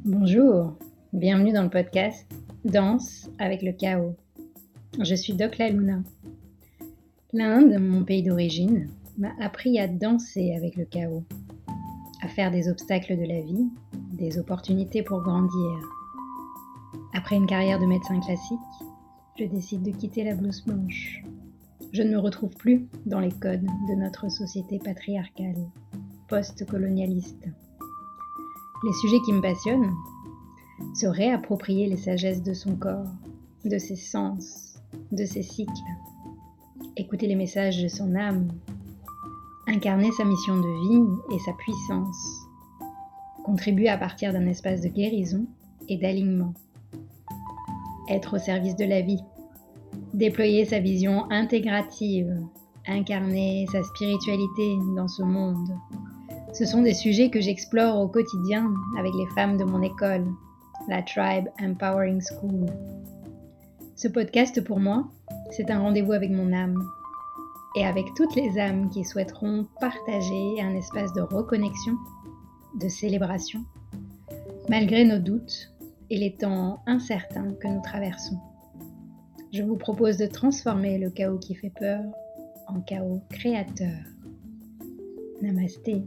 Bonjour, bienvenue dans le podcast Danse avec le chaos. Je suis Doc La Luna. L'Inde, mon pays d'origine, m'a appris à danser avec le chaos, à faire des obstacles de la vie, des opportunités pour grandir. Après une carrière de médecin classique, je décide de quitter la blouse blanche. Je ne me retrouve plus dans les codes de notre société patriarcale, post-colonialiste. Les sujets qui me passionnent, se réapproprier les sagesses de son corps, de ses sens, de ses cycles, écouter les messages de son âme, incarner sa mission de vie et sa puissance, contribuer à partir d'un espace de guérison et d'alignement, être au service de la vie, déployer sa vision intégrative, incarner sa spiritualité dans ce monde. Ce sont des sujets que j'explore au quotidien avec les femmes de mon école, la Tribe Empowering School. Ce podcast pour moi, c'est un rendez-vous avec mon âme et avec toutes les âmes qui souhaiteront partager un espace de reconnexion, de célébration, malgré nos doutes et les temps incertains que nous traversons. Je vous propose de transformer le chaos qui fait peur en chaos créateur. Namasté.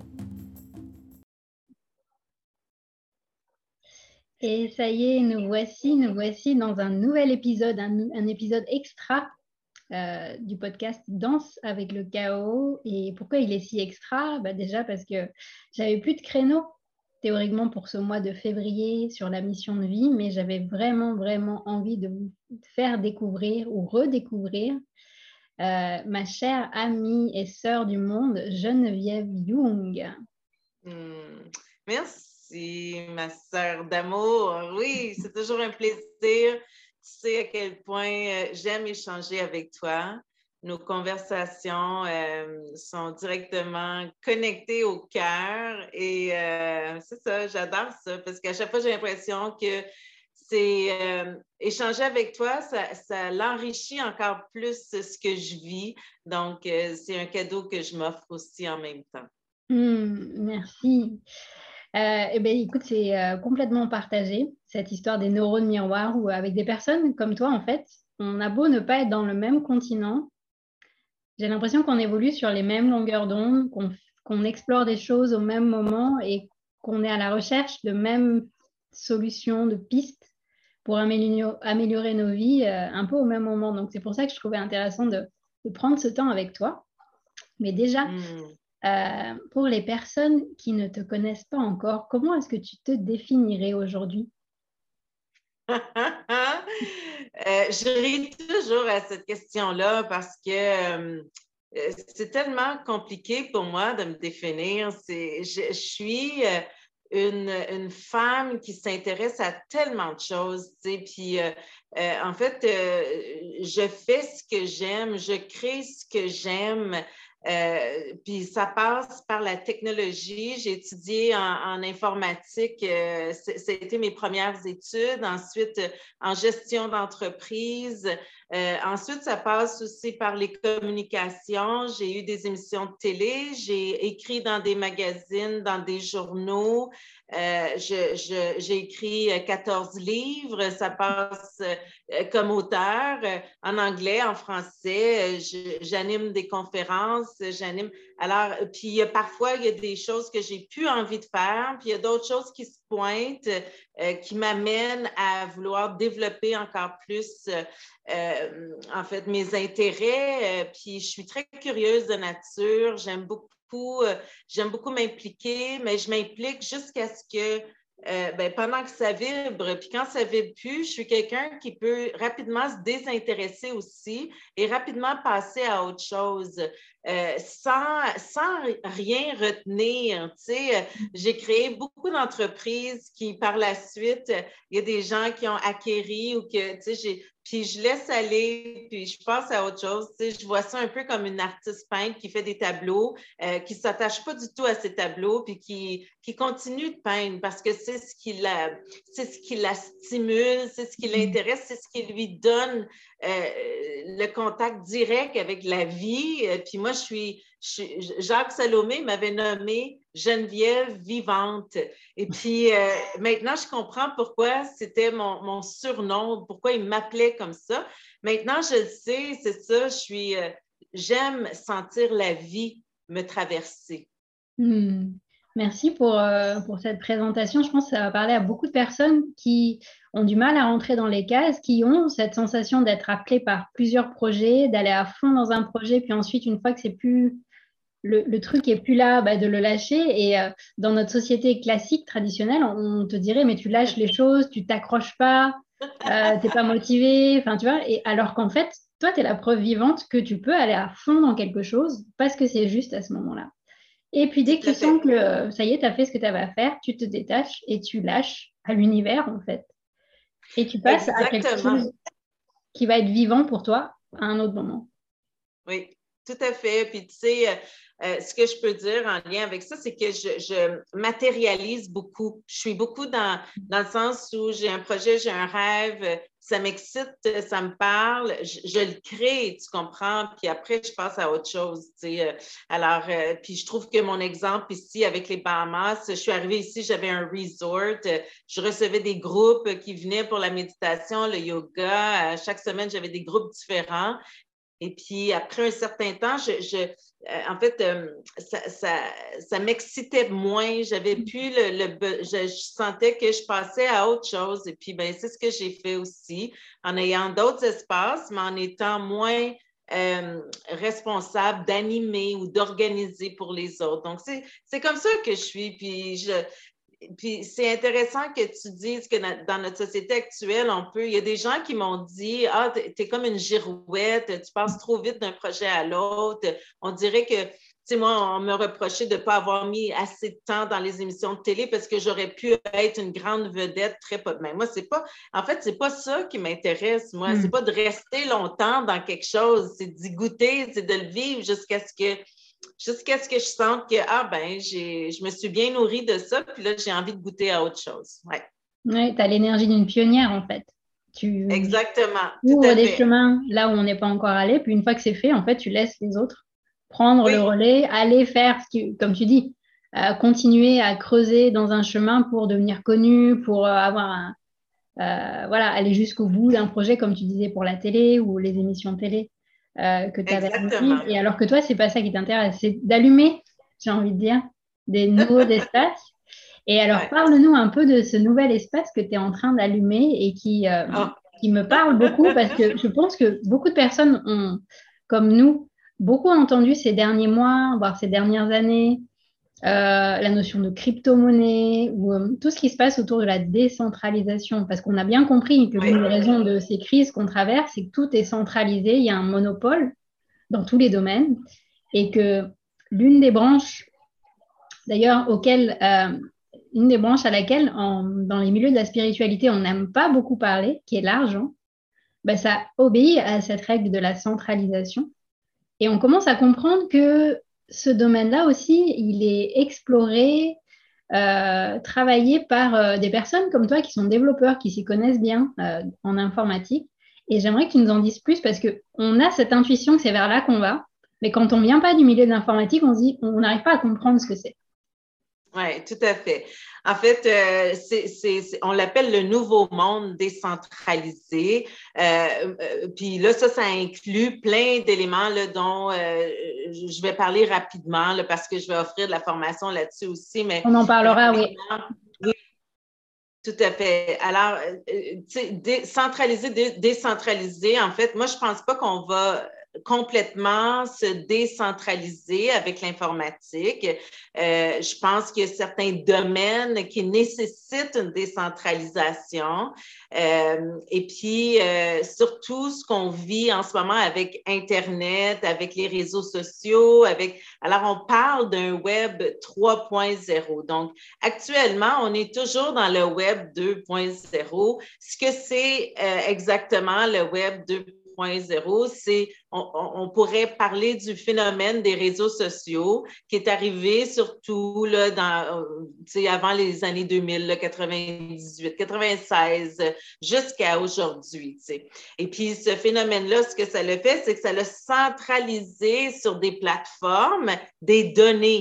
Et ça y est, nous voici dans un nouvel épisode, un épisode extra du podcast Danse avec le chaos. Et pourquoi il est si extra ? Déjà parce que j'avais plus de créneau théoriquement pour ce mois de février sur la mission de vie, mais j'avais vraiment envie de vous faire découvrir ou redécouvrir ma chère amie et sœur du monde, Geneviève Young. Merci, ma sœur d'amour. Oui, c'est toujours un plaisir. Tu sais à quel point j'aime échanger avec toi. Nos conversations sont directement connectées au cœur et c'est ça, j'adore ça parce qu'à chaque fois, j'ai l'impression que c'est échanger avec toi, ça l'enrichit encore plus ce que je vis. Donc, c'est un cadeau que je m'offre aussi en même temps. Merci. Écoute, c'est complètement partagé, cette histoire des neurones miroirs où avec des personnes comme toi, en fait, on a beau ne pas être dans le même continent, j'ai l'impression qu'on évolue sur les mêmes longueurs d'onde, qu'on explore des choses au même moment et qu'on est à la recherche de mêmes solutions, de pistes pour améliorer nos vies un peu au même moment. Donc, c'est pour ça que je trouvais intéressant de prendre ce temps avec toi. Mais déjà, pour les personnes qui ne te connaissent pas encore, comment est-ce que tu te définirais aujourd'hui? Je ris toujours à cette question-là parce que c'est tellement compliqué pour moi de me définir. Je suis une femme qui s'intéresse à tellement de choses, tu sais, puis en fait, je fais ce que j'aime, je crée ce que j'aime. Puis ça passe par la technologie. J'ai étudié en informatique. C'était mes premières études. Ensuite, en gestion d'entreprise. Ensuite, ça passe aussi par les communications. J'ai eu des émissions de télé. J'ai écrit dans des magazines, dans des journaux. J'ai écrit 14 livres. Ça passe comme auteur en anglais, en français. J'anime des conférences. J'anime. Alors, puis parfois, il y a des choses que j'ai plus envie de faire, puis il y a d'autres choses qui se pointent, qui m'amènent à vouloir développer encore plus, en fait, mes intérêts. Puis je suis très curieuse de nature. J'aime beaucoup m'impliquer, mais je m'implique jusqu'à ce que pendant que ça vibre, puis quand ça vibre plus, je suis quelqu'un qui peut rapidement se désintéresser aussi et rapidement passer à autre chose sans rien retenir. Tu sais, j'ai créé beaucoup d'entreprises qui, par la suite, il y a des gens qui ont acquéri ou que, tu sais, puis je laisse aller, puis je passe à autre chose. Tu sais, je vois ça un peu comme une artiste peintre qui fait des tableaux, qui ne s'attache pas du tout à ses tableaux, puis qui continue de peindre parce que c'est ce qui la stimule, c'est ce qui l'intéresse, c'est ce qui lui donne le contact direct avec la vie. Puis moi, Jacques Salomé m'avait nommé Geneviève vivante. Et puis, maintenant, je comprends pourquoi c'était mon surnom, pourquoi il m'appelait comme ça. Maintenant, je le sais, c'est ça, j'aime sentir la vie me traverser. Merci pour cette présentation. Je pense que ça va parler à beaucoup de personnes qui ont du mal à rentrer dans les cases, qui ont cette sensation d'être appelées par plusieurs projets, d'aller à fond dans un projet, puis ensuite, une fois que c'est plus le truc est plus là, de le lâcher. Et dans notre société classique, traditionnelle, on te dirait, mais tu lâches les choses, tu t'accroches pas, t'es pas motivé, enfin, tu vois. Et alors qu'en fait, toi, tu es la preuve vivante que tu peux aller à fond dans quelque chose parce que c'est juste à ce moment-là. Et puis, dès que Tout à tu sens fait. que ça y est, tu as fait ce que tu avais à faire, tu te détaches et tu lâches à l'univers, en fait. Et tu passes à quelque Exactement. chose qui va être vivant pour toi à un autre moment. Oui, tout à fait. Puis, tu sais, ce que je peux dire en lien avec ça, c'est que je matérialise beaucoup. Je suis beaucoup dans le sens où j'ai un projet, j'ai un rêve, ça m'excite, ça me parle, je le crée, tu comprends? Puis après, je passe à autre chose, tu sais. Alors, puis je trouve que mon exemple ici avec les Bahamas, je suis arrivée ici, j'avais un resort, je recevais des groupes qui venaient pour la méditation, le yoga. Chaque semaine, j'avais des groupes différents. Et puis, après un certain temps, en fait, ça m'excitait moins. J'avais plus je sentais que je passais à autre chose. Et puis, ben, c'est ce que j'ai fait aussi, en ayant d'autres espaces, mais en étant moins responsable d'animer ou d'organiser pour les autres. Donc, c'est comme ça que je suis. Puis c'est intéressant que tu dises que dans notre société actuelle, il y a des gens qui m'ont dit, ah, t'es comme une girouette, tu passes trop vite d'un projet à l'autre. On dirait que, tu sais, moi, on me reprochait de ne pas avoir mis assez de temps dans les émissions de télé parce que j'aurais pu être une grande vedette très populaire. Moi, en fait, c'est pas ça qui m'intéresse, moi. C'est pas de rester longtemps dans quelque chose, c'est d'y goûter, c'est de le vivre jusqu'à ce que je sente que, je me suis bien nourrie de ça, puis là, j'ai envie de goûter à autre chose. Ouais. Ouais, tu as l'énergie d'une pionnière, en fait. Tu Exactement, tout ouvres à des fait. chemins là où on n'est pas encore allé, puis une fois que c'est fait, en fait, tu laisses les autres prendre le Oui, relais, aller faire, comme tu dis, continuer à creuser dans un chemin pour devenir connu, pour voilà, aller jusqu'au bout d'un projet, comme tu disais, pour la télé ou les émissions télé que tu avais animées. exactement. Et alors que toi, c'est pas ça qui t'intéresse, c'est d'allumer, j'ai envie de dire, des nouveaux espaces. Et alors, Ouais. parle-nous un peu de ce nouvel espace que tu es en train d'allumer et Ah. qui me parle beaucoup parce que je pense que beaucoup de personnes ont, comme nous, beaucoup entendu ces derniers mois, voire ces dernières années, la notion de crypto-monnaie ou tout ce qui se passe autour de la décentralisation. Parce qu'on a bien compris que Oui, l'une des raisons de ces crises qu'on traverse, c'est que tout est centralisé, il y a un monopole dans tous les domaines et que l'une des branches, d'ailleurs, une des branches à laquelle, dans les milieux de la spiritualité, on n'aime pas beaucoup parler, qui est l'argent, ça obéit à cette règle de la centralisation. Et on commence à comprendre que ce domaine-là aussi, il est exploré, travaillé par des personnes comme toi qui sont développeurs, qui s'y connaissent bien en informatique. Et j'aimerais que tu nous en dises plus parce qu'on a cette intuition que c'est vers là qu'on va. Mais quand on ne vient pas du milieu de l'informatique, on se dit, on n'arrive pas à comprendre ce que c'est. oui, tout à fait. En fait, on l'appelle le nouveau monde décentralisé. Puis là, ça inclut plein d'éléments là, dont je vais parler rapidement là, parce que je vais offrir de la formation là-dessus aussi. Mais On en parlera, oui. rapidement, oui, tout à fait. Alors, centraliser, décentraliser, en fait, moi, je ne pense pas qu'on va complètement se décentraliser avec l'informatique. Je pense qu'il y a certains domaines qui nécessitent une décentralisation. Et puis, surtout, ce qu'on vit en ce moment avec Internet, avec les réseaux sociaux, alors, on parle d'un Web 3.0. Donc, actuellement, on est toujours dans le Web 2.0. Ce que c'est exactement le Web 2.0, c'est, on pourrait parler du phénomène des réseaux sociaux qui est arrivé surtout là, avant les années 2000, là, 98, 96, jusqu'à aujourd'hui. Et puis, ce phénomène-là, ce que ça le fait, c'est que ça l'a centralisé sur des plateformes, des données.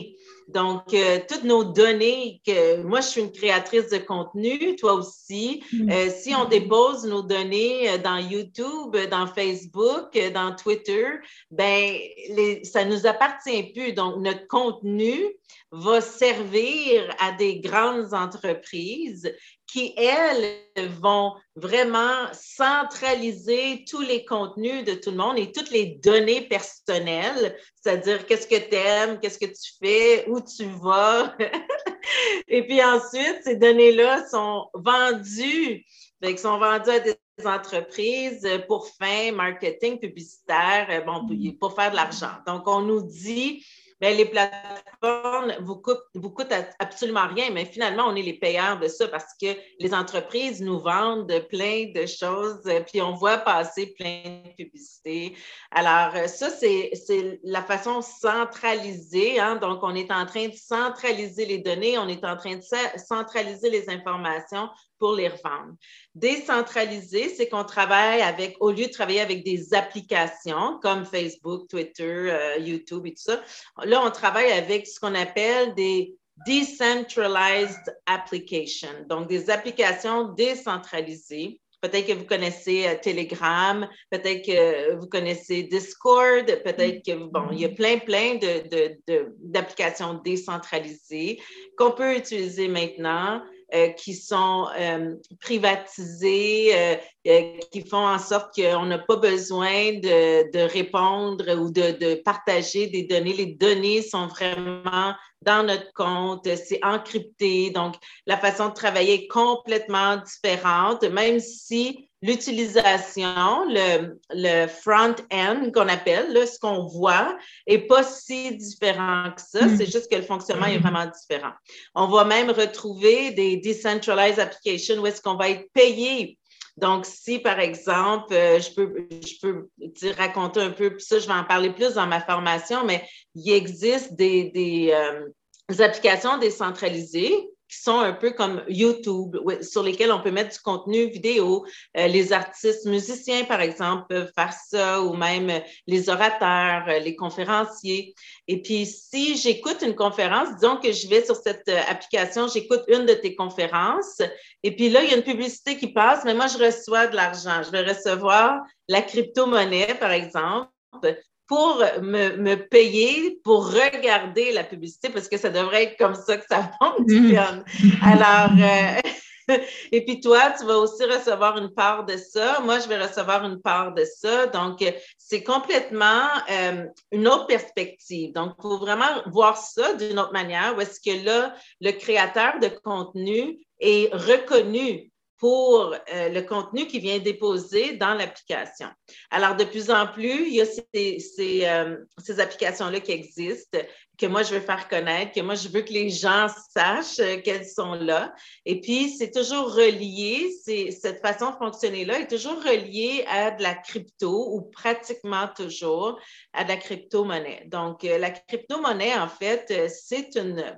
Donc, toutes nos données, moi, je suis une créatrice de contenu, toi aussi. Si on dépose nos données dans YouTube, dans Facebook, dans Twitter, ben, ça ne nous appartient plus. Donc, notre contenu va servir à des grandes entreprises qui, elles, vont vraiment centraliser tous les contenus de tout le monde et toutes les données personnelles, c'est-à-dire qu'est-ce que tu aimes, qu'est-ce que tu fais, où tu vas. Et puis ensuite, ces données-là sont vendues, donc sont vendues à des entreprises pour fin marketing publicitaire, bon, pour faire de l'argent. Donc, on nous dit, bien, les plateformes vous coûtent absolument rien, mais finalement, on est les payeurs de ça parce que les entreprises nous vendent plein de choses, puis on voit passer plein de publicités. Alors, ça, c'est la façon centralisée, hein? Donc, on est en train de centraliser les données, on est en train de centraliser les informations pour les revendre. Décentraliser, c'est qu'on travaille avec, au lieu de travailler avec des applications comme Facebook, Twitter, YouTube et tout ça, là, on travaille avec ce qu'on appelle des decentralized applications, donc des applications décentralisées. Peut-être que vous connaissez Telegram, peut-être que vous connaissez Discord, peut-être que, bon, il y a plein d'applications décentralisées qu'on peut utiliser maintenant. Qui sont privatisées, qui font en sorte qu'on n'a pas besoin de répondre ou de partager des données. Les données sont vraiment dans notre compte, c'est encrypté. Donc, la façon de travailler est complètement différente, même si l'utilisation, le front-end qu'on appelle, là, ce qu'on voit, n'est pas si différent que ça. C'est juste que le fonctionnement est vraiment différent. On va même retrouver des decentralized applications où est-ce qu'on va être payé. Donc, si, par exemple, je peux te raconter un peu, puis ça, je vais en parler plus dans ma formation, mais il existe des applications décentralisées qui sont un peu comme YouTube, sur lesquels on peut mettre du contenu vidéo. Les artistes musiciens, par exemple, peuvent faire ça, ou même les orateurs, les conférenciers. Et puis, si j'écoute une conférence, disons que je vais sur cette application, j'écoute une de tes conférences, et puis là, il y a une publicité qui passe, mais moi, je reçois de l'argent. Je vais recevoir la crypto-monnaie, par exemple, pour me payer pour regarder la publicité, parce que ça devrait être comme ça que ça fonctionne. Alors, et puis toi, tu vas aussi recevoir une part de ça. Moi, je vais recevoir une part de ça. Donc, c'est complètement une autre perspective. Donc, il faut vraiment voir ça d'une autre manière, où est-ce que là, le créateur de contenu est reconnu pour le contenu qui vient déposer dans l'application. Alors, de plus en plus, il y a ces applications-là qui existent, que moi, je veux faire connaître, que moi, je veux que les gens sachent qu'elles sont là. Et puis, c'est toujours relié, cette façon de fonctionner-là est toujours reliée à de la crypto, ou pratiquement toujours à de la crypto-monnaie. Donc, la crypto-monnaie, en fait, c'est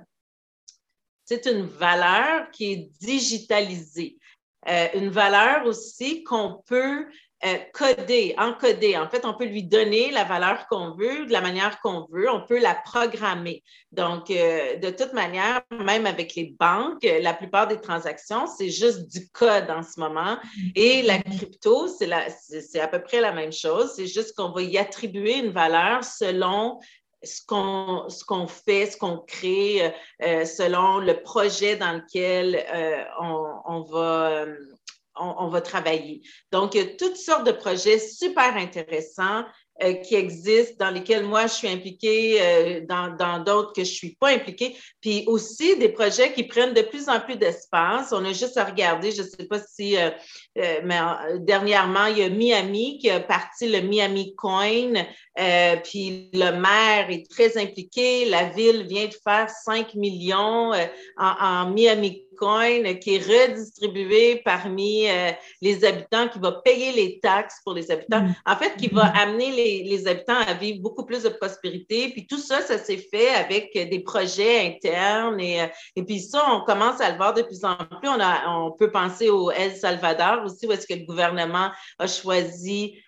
une valeur qui est digitalisée. Une valeur aussi qu'on peut encoder. En fait, on peut lui donner la valeur qu'on veut, de la manière qu'on veut. On peut la programmer. Donc, de toute manière, même avec les banques, la plupart des transactions, c'est juste du code en ce moment. Et la crypto, c'est à peu près la même chose. C'est juste qu'on va y attribuer une valeur selon ce qu'on fait, ce qu'on crée, selon le projet dans lequel on va travailler. Donc, il y a toutes sortes de projets super intéressants qui existent, dans lesquels moi, je suis impliquée, dans d'autres que je ne suis pas impliquée, puis aussi des projets qui prennent de plus en plus d'espace. On a juste à regarder, je ne sais pas si, mais dernièrement, il y a Miami qui a parti le Miami Coin, puis le maire est très impliqué. La ville vient de faire 5 millions en Miami Coin qui est redistribué parmi les habitants, qui va payer les taxes pour les habitants. En fait, qui va amener les habitants à vivre beaucoup plus de prospérité. Puis tout ça, ça s'est fait avec des projets internes. Et puis ça, on commence à le voir de plus en plus. On peut penser au El Salvador aussi, où est-ce que le gouvernement a choisi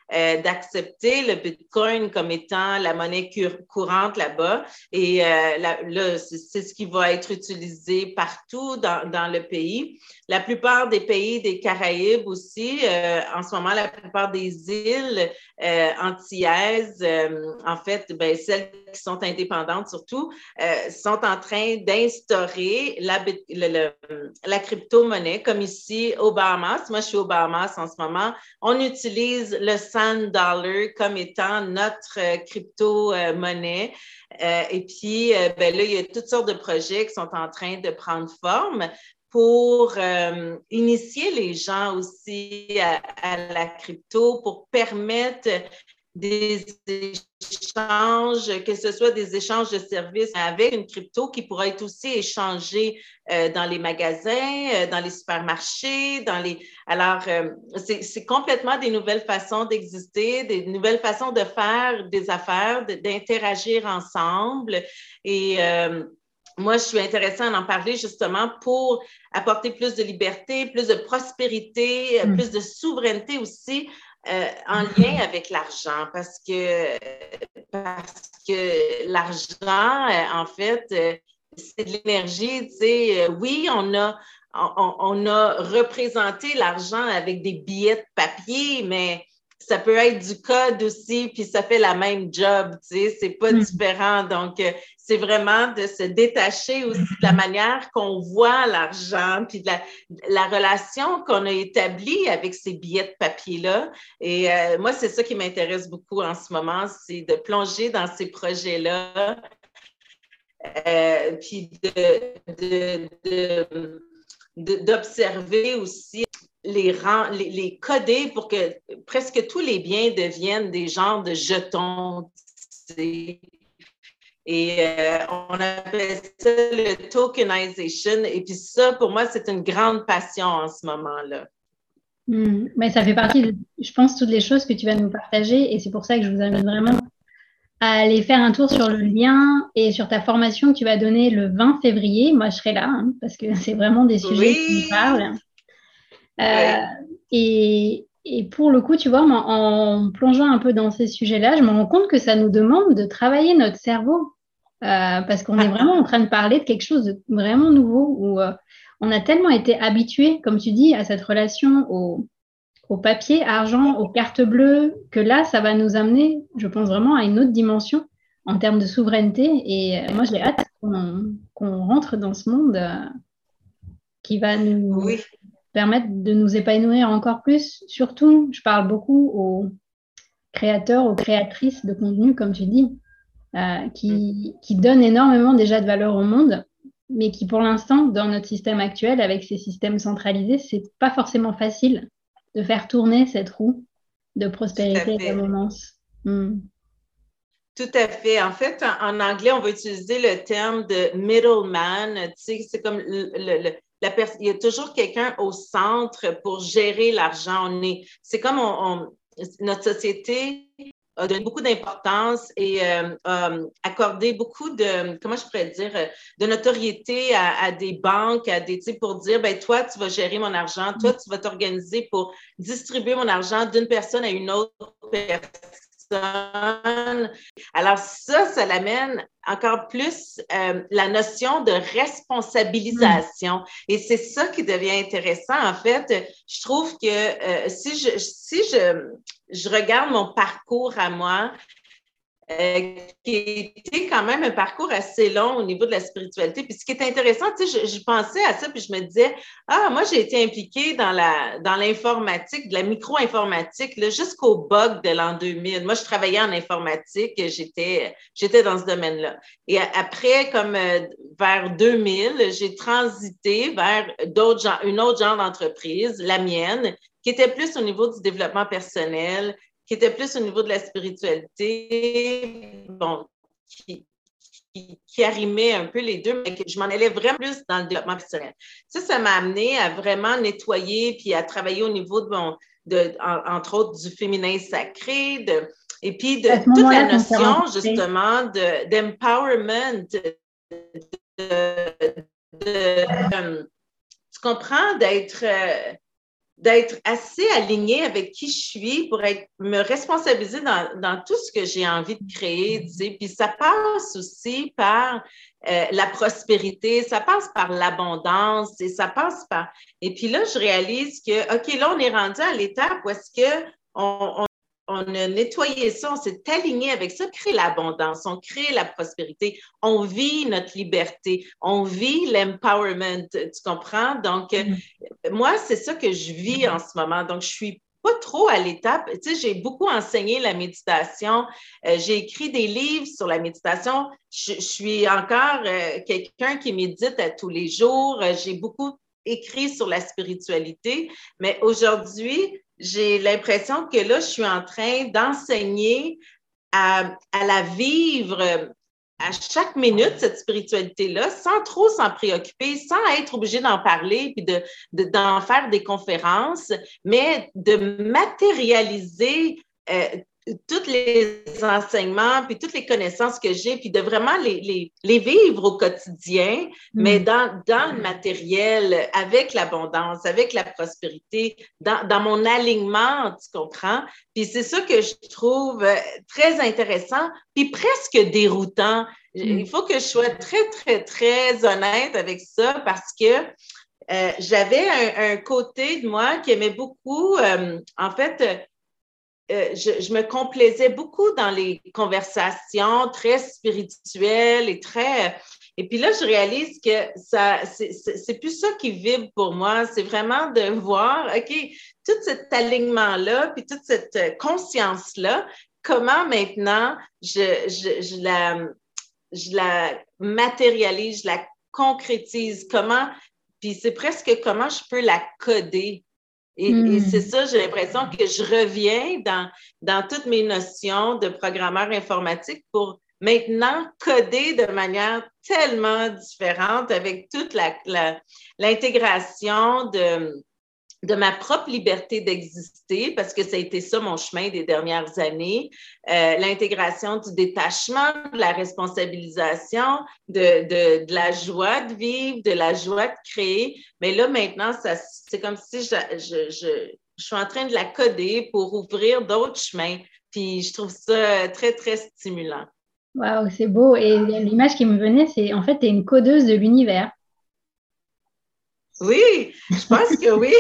d'accepter le Bitcoin comme étant la monnaie courante là-bas. Et là, c'est ce qui va être utilisé partout dans le pays. La plupart des pays des Caraïbes aussi, en ce moment, la plupart des îles antillaises, en fait, ben, celles qui sont indépendantes surtout, sont en train d'instaurer la crypto-monnaie, comme ici aux Bahamas. Moi, je suis aux Bahamas en ce moment. On utilise le sand dollar comme étant notre crypto-monnaie. Et puis, ben là, il y a toutes sortes de projets qui sont en train de prendre forme pour initier les gens aussi à la crypto, pour permettre des échanges, que ce soit des échanges de services avec une crypto qui pourra être aussi échangée dans les magasins, dans les supermarchés, Alors, c'est complètement des nouvelles façons d'exister, des nouvelles façons de faire des affaires, d'interagir ensemble. Et moi, je suis intéressée à en parler justement pour apporter plus de liberté, plus de prospérité, plus de souveraineté aussi en lien avec l'argent, parce que l'argent, en fait, c'est de l'énergie. Tu sais, oui, on a représenté l'argent avec des billets de papier, mais ça peut être du code aussi, puis ça fait la même job, tu sais, c'est pas différent. Donc, c'est vraiment de se détacher aussi de la manière qu'on voit l'argent, puis de la relation qu'on a établie avec ces billets de papier-là. Et moi, c'est ça qui m'intéresse beaucoup en ce moment, c'est de plonger dans ces projets-là, puis d'observer aussi les coder pour que presque tous les biens deviennent des genres de jetons. Et on appelle ça le tokenization. Et puis ça, pour moi, c'est une grande passion en ce moment-là. Mais ça fait partie de, je pense, toutes les choses que tu vas nous partager. Et c'est pour ça que je vous invite vraiment à aller faire un tour sur le lien et sur ta formation que tu vas donner le 20 février. Moi, je serai là, parce que c'est vraiment des sujets qui me parlent. Et pour le coup, tu vois, en plongeant un peu dans ces sujets-là, je me rends compte que ça nous demande de travailler notre cerveau, parce qu'on est vraiment en train de parler de quelque chose de vraiment nouveau, où on a tellement été habitués, comme tu dis, à cette relation au papier, argent, aux cartes bleues, que là, ça va nous amener, je pense vraiment, à une autre dimension en termes de souveraineté. Et moi, j'ai hâte qu'on rentre dans ce monde qui va nous permettre de nous épanouir encore plus. Surtout, je parle beaucoup aux créateurs, aux créatrices de contenu, comme tu dis, qui donnent énormément déjà de valeur au monde, mais qui, pour l'instant, dans notre système actuel, avec ces systèmes centralisés, c'est pas forcément facile de faire tourner cette roue de prospérité et d'abondance. Tout à fait. En fait, en anglais, on va utiliser le terme de middleman. Tu sais, c'est comme il y a toujours quelqu'un au centre pour gérer l'argent. C'est comme notre société a donné beaucoup d'importance et accordé beaucoup de, comment je pourrais dire, de notoriété à des banques, tu sais, pour dire, ben toi, tu vas gérer mon argent, toi, tu vas t'organiser pour distribuer mon argent d'une personne à une autre personne. Alors ça l'amène encore plus la notion de responsabilisation. Et c'est ça qui devient intéressant. En fait, je trouve que si je regarde mon parcours à moi, qui était quand même un parcours assez long au niveau de la spiritualité. Puis ce qui est intéressant, tu sais, je pensais à ça, puis je me disais, moi, j'ai été impliquée dans l'informatique, de la micro-informatique, jusqu'au bug de l'an 2000. Moi, je travaillais en informatique, j'étais dans ce domaine-là. Et après, comme vers 2000, j'ai transité vers une autre genre d'entreprise, la mienne, qui était plus au niveau du développement personnel, qui était plus au niveau de la spiritualité, bon, qui arrimait un peu les deux, mais que je m'en allais vraiment plus dans le développement personnel. Ça m'a amené à vraiment nettoyer puis à travailler au niveau entre autres, du féminin sacré, et puis de toute la notion, justement, d'empowerment, tu comprends, d'être d'être assez alignée avec qui je suis pour me responsabiliser dans tout ce que j'ai envie de créer, tu sais. Puis ça passe aussi par la prospérité, ça passe par l'abondance et ça passe par... Et puis là, je réalise que, OK, là, on est rendu à l'étape où est-ce on a nettoyé ça, on s'est aligné avec ça, on crée l'abondance, on crée la prospérité, on vit notre liberté, on vit l'empowerment, tu comprends? Donc, moi, c'est ça que je vis en ce moment. Donc, je suis pas trop à l'étape. Tu sais, j'ai beaucoup enseigné la méditation. J'ai écrit des livres sur la méditation. Je suis encore quelqu'un qui médite à tous les jours. J'ai beaucoup écrit sur la spiritualité. Mais aujourd'hui, j'ai l'impression que là, je suis en train d'enseigner à la vivre à chaque minute, cette spiritualité-là, sans trop s'en préoccuper, sans être obligé d'en parler puis d'en faire des conférences, mais de matérialiser tous les enseignements, puis toutes les connaissances que j'ai, puis de vraiment les vivre au quotidien, mais dans le matériel, avec l'abondance, avec la prospérité, dans mon alignement, tu comprends? Puis c'est ça que je trouve très intéressant, puis presque déroutant. Il faut que je sois très, très, très honnête avec ça parce que j'avais un côté de moi qui aimait beaucoup, en fait, je me complaisais beaucoup dans les conversations très spirituelles et très... Et puis là, je réalise que c'est plus ça qui vibre pour moi. C'est vraiment de voir, OK, tout cet alignement-là, puis toute cette conscience-là, comment maintenant je la matérialise, je la concrétise, comment, puis c'est presque comment je peux la coder. Et c'est ça, j'ai l'impression que je reviens dans toutes mes notions de programmeur informatique pour maintenant coder de manière tellement différente avec toute l'intégration de ma propre liberté d'exister, parce que ça a été ça mon chemin des dernières années, l'intégration du détachement, de la responsabilisation, de la joie de vivre, de la joie de créer. Mais là, maintenant, c'est comme si je suis en train de la coder pour ouvrir d'autres chemins. Puis je trouve ça très, très stimulant. Waouh, c'est beau. Et l'image qui me venait, c'est en fait, tu es une codeuse de l'univers. Oui, je pense que oui.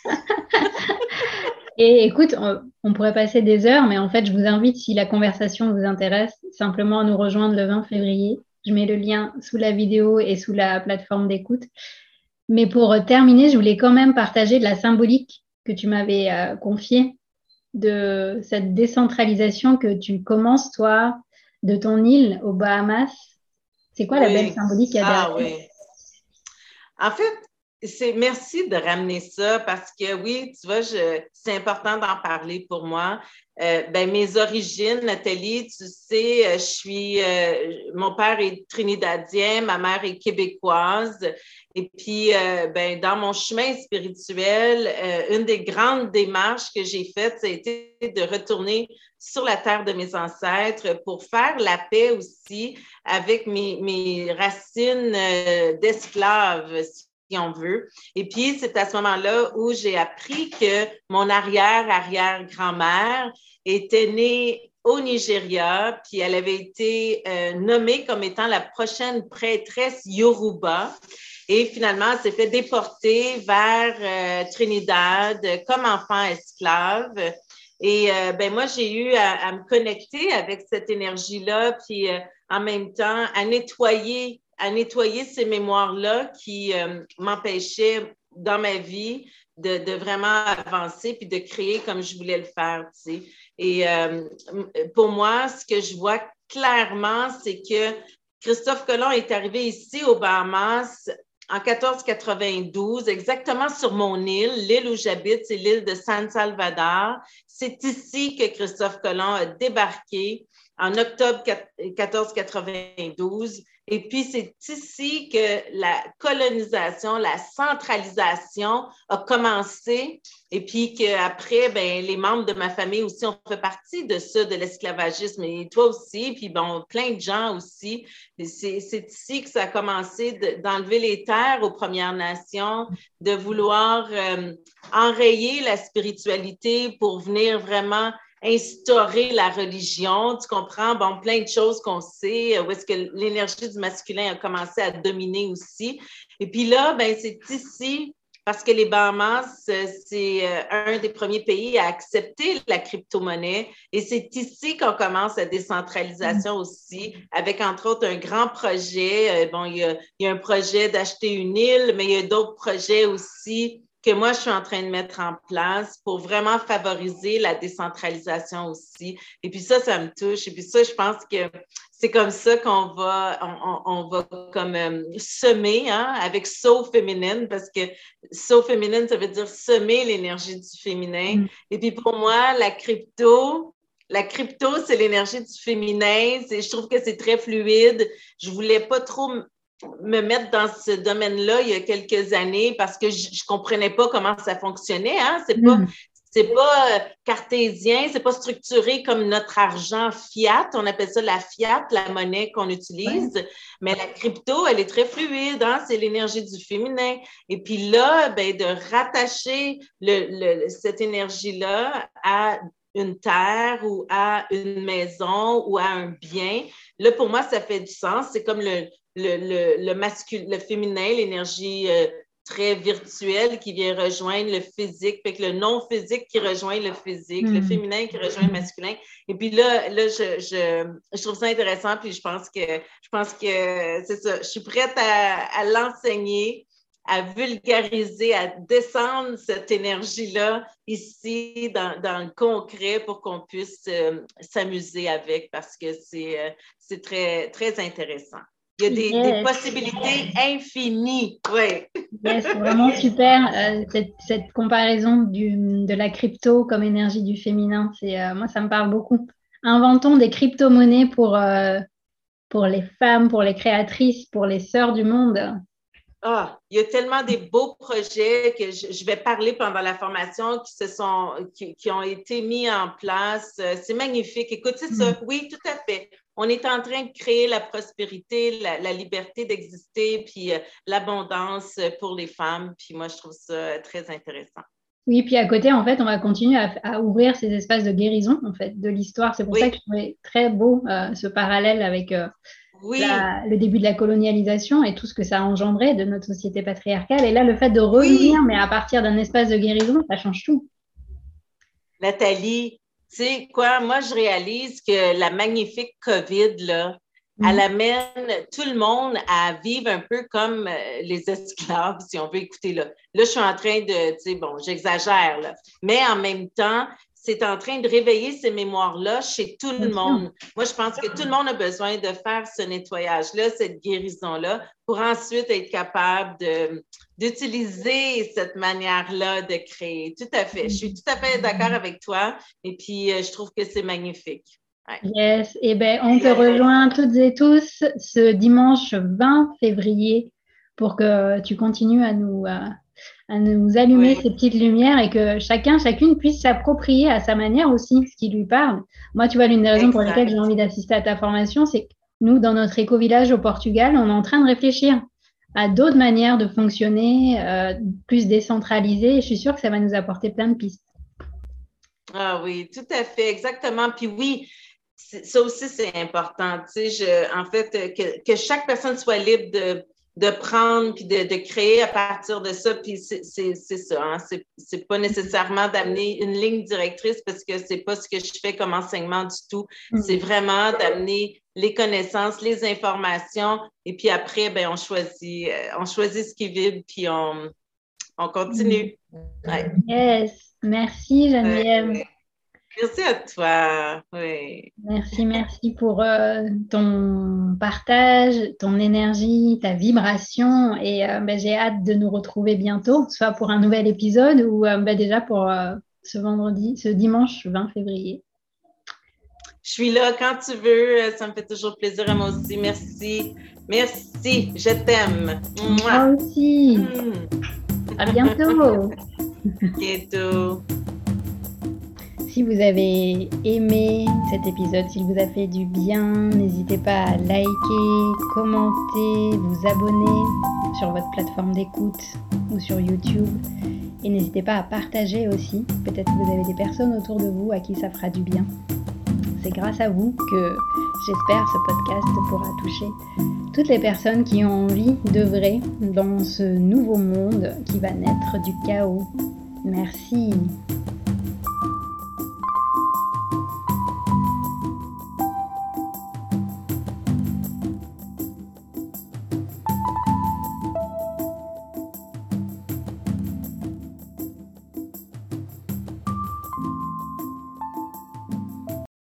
Et écoute, on pourrait passer des heures, mais en fait, je vous invite, si la conversation vous intéresse, simplement à nous rejoindre le 20 février. Je mets le lien sous la vidéo et sous la plateforme d'écoute. Mais pour terminer, je voulais quand même partager de la symbolique que tu m'avais confiée, de cette décentralisation que tu commences, toi, de ton île aux Bahamas. C'est quoi la belle symbolique qu'il y a derrière? Ah oui. En fait, merci de ramener ça parce que oui, tu vois, c'est important d'en parler pour moi. Mes origines, Nathalie, tu sais, mon père est trinidadien, ma mère est québécoise. Et puis, dans mon chemin spirituel, une des grandes démarches que j'ai faites, ça a été de retourner sur la terre de mes ancêtres pour faire la paix aussi avec mes racines d'esclaves, si on veut. Et puis, c'est à ce moment-là où j'ai appris que mon arrière-arrière-grand-mère était née au Nigeria, puis elle avait été nommée comme étant la prochaine prêtresse Yoruba. Et finalement, elle s'est fait déporter vers Trinidad comme enfant esclave. Et moi, j'ai eu à me connecter avec cette énergie-là, puis en même temps, à nettoyer ces mémoires-là qui m'empêchaient dans ma vie de vraiment avancer puis de créer comme je voulais le faire, tu sais. Et pour moi, ce que je vois clairement, c'est que Christophe Colomb est arrivé ici aux Bahamas en 1492, exactement sur mon île. L'île où j'habite, c'est l'île de San Salvador. C'est ici que Christophe Colomb a débarqué en octobre 1492. Et puis, c'est ici que la colonisation, la centralisation a commencé. Et puis qu'après, ben, les membres de ma famille aussi ont fait partie de ça, de l'esclavagisme. Et toi aussi, puis bon, plein de gens aussi. C'est ici que ça a commencé d'enlever les terres aux Premières Nations, de vouloir enrayer la spiritualité pour venir vraiment instaurer la religion, tu comprends? Bon, plein de choses qu'on sait, où est-ce que l'énergie du masculin a commencé à dominer aussi. Et puis là, ben, c'est ici, parce que les Bahamas, c'est un des premiers pays à accepter la crypto-monnaie. Et c'est ici qu'on commence la décentralisation aussi, avec entre autres un grand projet. Bon, il y a un projet d'acheter une île, mais il y a d'autres projets aussi que moi, je suis en train de mettre en place pour vraiment favoriser la décentralisation aussi. Et puis ça me touche. Et puis ça, je pense que c'est comme ça qu'on va, on va comme semer, hein, avec Soul féminine, parce que Soul féminine, ça veut dire semer l'énergie du féminin. Et puis pour moi, la crypto, c'est l'énergie du féminin. Je trouve que c'est très fluide. Je voulais pas trop me mettre dans ce domaine-là il y a quelques années parce que je comprenais pas comment ça fonctionnait. Hein? C'est pas cartésien, c'est pas structuré comme notre argent fiat. On appelle ça la fiat, la monnaie qu'on utilise. Ouais. Mais la crypto, elle est très fluide. Hein? C'est l'énergie du féminin. Et puis là, ben, de rattacher cette énergie-là à une terre ou à une maison ou à un bien, là, pour moi, ça fait du sens. C'est comme le féminin, l'énergie très virtuelle qui vient rejoindre le physique, fait que le non-physique qui rejoint le physique, le féminin qui rejoint le masculin. Et puis là je trouve ça intéressant, puis je pense que c'est ça. Je suis prête à l'enseigner, à vulgariser, à descendre cette énergie-là ici dans le concret pour qu'on puisse s'amuser avec parce que c'est très, très intéressant. Il y a des possibilités infinies. Oui. Yes, vraiment super. Cette comparaison de la crypto comme énergie du féminin, moi, ça me parle beaucoup. Inventons des crypto-monnaies pour les femmes, pour les créatrices, pour les sœurs du monde. Ah, il y a tellement des beaux projets que je vais parler pendant la formation qui ont été mis en place. C'est magnifique. Écoute, c'est ça. Oui, tout à fait. On est en train de créer la prospérité, la liberté d'exister, puis l'abondance pour les femmes. Puis moi, je trouve ça très intéressant. Oui, puis à côté, en fait, on va continuer à ouvrir ces espaces de guérison, en fait, de l'histoire. C'est pour ça que je trouvais très beau ce parallèle avec le début de la colonialisation et tout ce que ça a engendré de notre société patriarcale. Et là, le fait de revenir, mais à partir d'un espace de guérison, ça change tout. Nathalie, tu sais quoi, moi, je réalise que la magnifique COVID, là, elle amène tout le monde à vivre un peu comme les esclaves, si on veut écouter là. Là, je suis en train de, tu sais, bon, j'exagère, là. Mais en même temps, c'est en train de réveiller ces mémoires-là chez tout le monde. Moi, je pense que tout le monde a besoin de faire ce nettoyage-là, cette guérison-là, pour ensuite être capable d'utiliser cette manière-là de créer. Tout à fait. Je suis tout à fait d'accord avec toi. Et puis, je trouve que c'est magnifique. Ouais. Yes, et bien on te rejoint toutes et tous ce dimanche 20 février pour que tu continues à nous allumer ces petites lumières et que chacune puisse s'approprier à sa manière aussi ce qui lui parle. Moi, tu vois, l'une des raisons pour lesquelles j'ai envie d'assister à ta formation, c'est que nous, dans notre éco-village au Portugal, on est en train de réfléchir à d'autres manières de fonctionner, plus décentralisées, et je suis sûre que ça va nous apporter plein de pistes. Ah oui, tout à fait, exactement. Puis oui, ça aussi, c'est important. Tu sais, en fait, que chaque personne soit libre de prendre puis de créer à partir de ça. Puis c'est ça. Hein? C'est pas nécessairement d'amener une ligne directrice parce que c'est pas ce que je fais comme enseignement du tout. C'est vraiment d'amener les connaissances, les informations. Et puis après, ben, on choisit ce qui vibre puis on continue. Ouais. Yes. Merci, Geneviève. Merci à toi. Oui. Merci pour ton partage, ton énergie, ta vibration. Et j'ai hâte de nous retrouver bientôt, soit pour un nouvel épisode ou déjà pour ce dimanche 20 février. Je suis là quand tu veux. Ça me fait toujours plaisir à moi aussi. Merci. Merci, je t'aime. Moi aussi. À bientôt. Bientôt. Si vous avez aimé cet épisode, s'il vous a fait du bien, n'hésitez pas à liker, commenter, vous abonner sur votre plateforme d'écoute ou sur YouTube. Et n'hésitez pas à partager aussi. Peut-être que vous avez des personnes autour de vous à qui ça fera du bien. C'est grâce à vous que j'espère ce podcast pourra toucher toutes les personnes qui ont envie d'œuvrer dans ce nouveau monde qui va naître du chaos. Merci.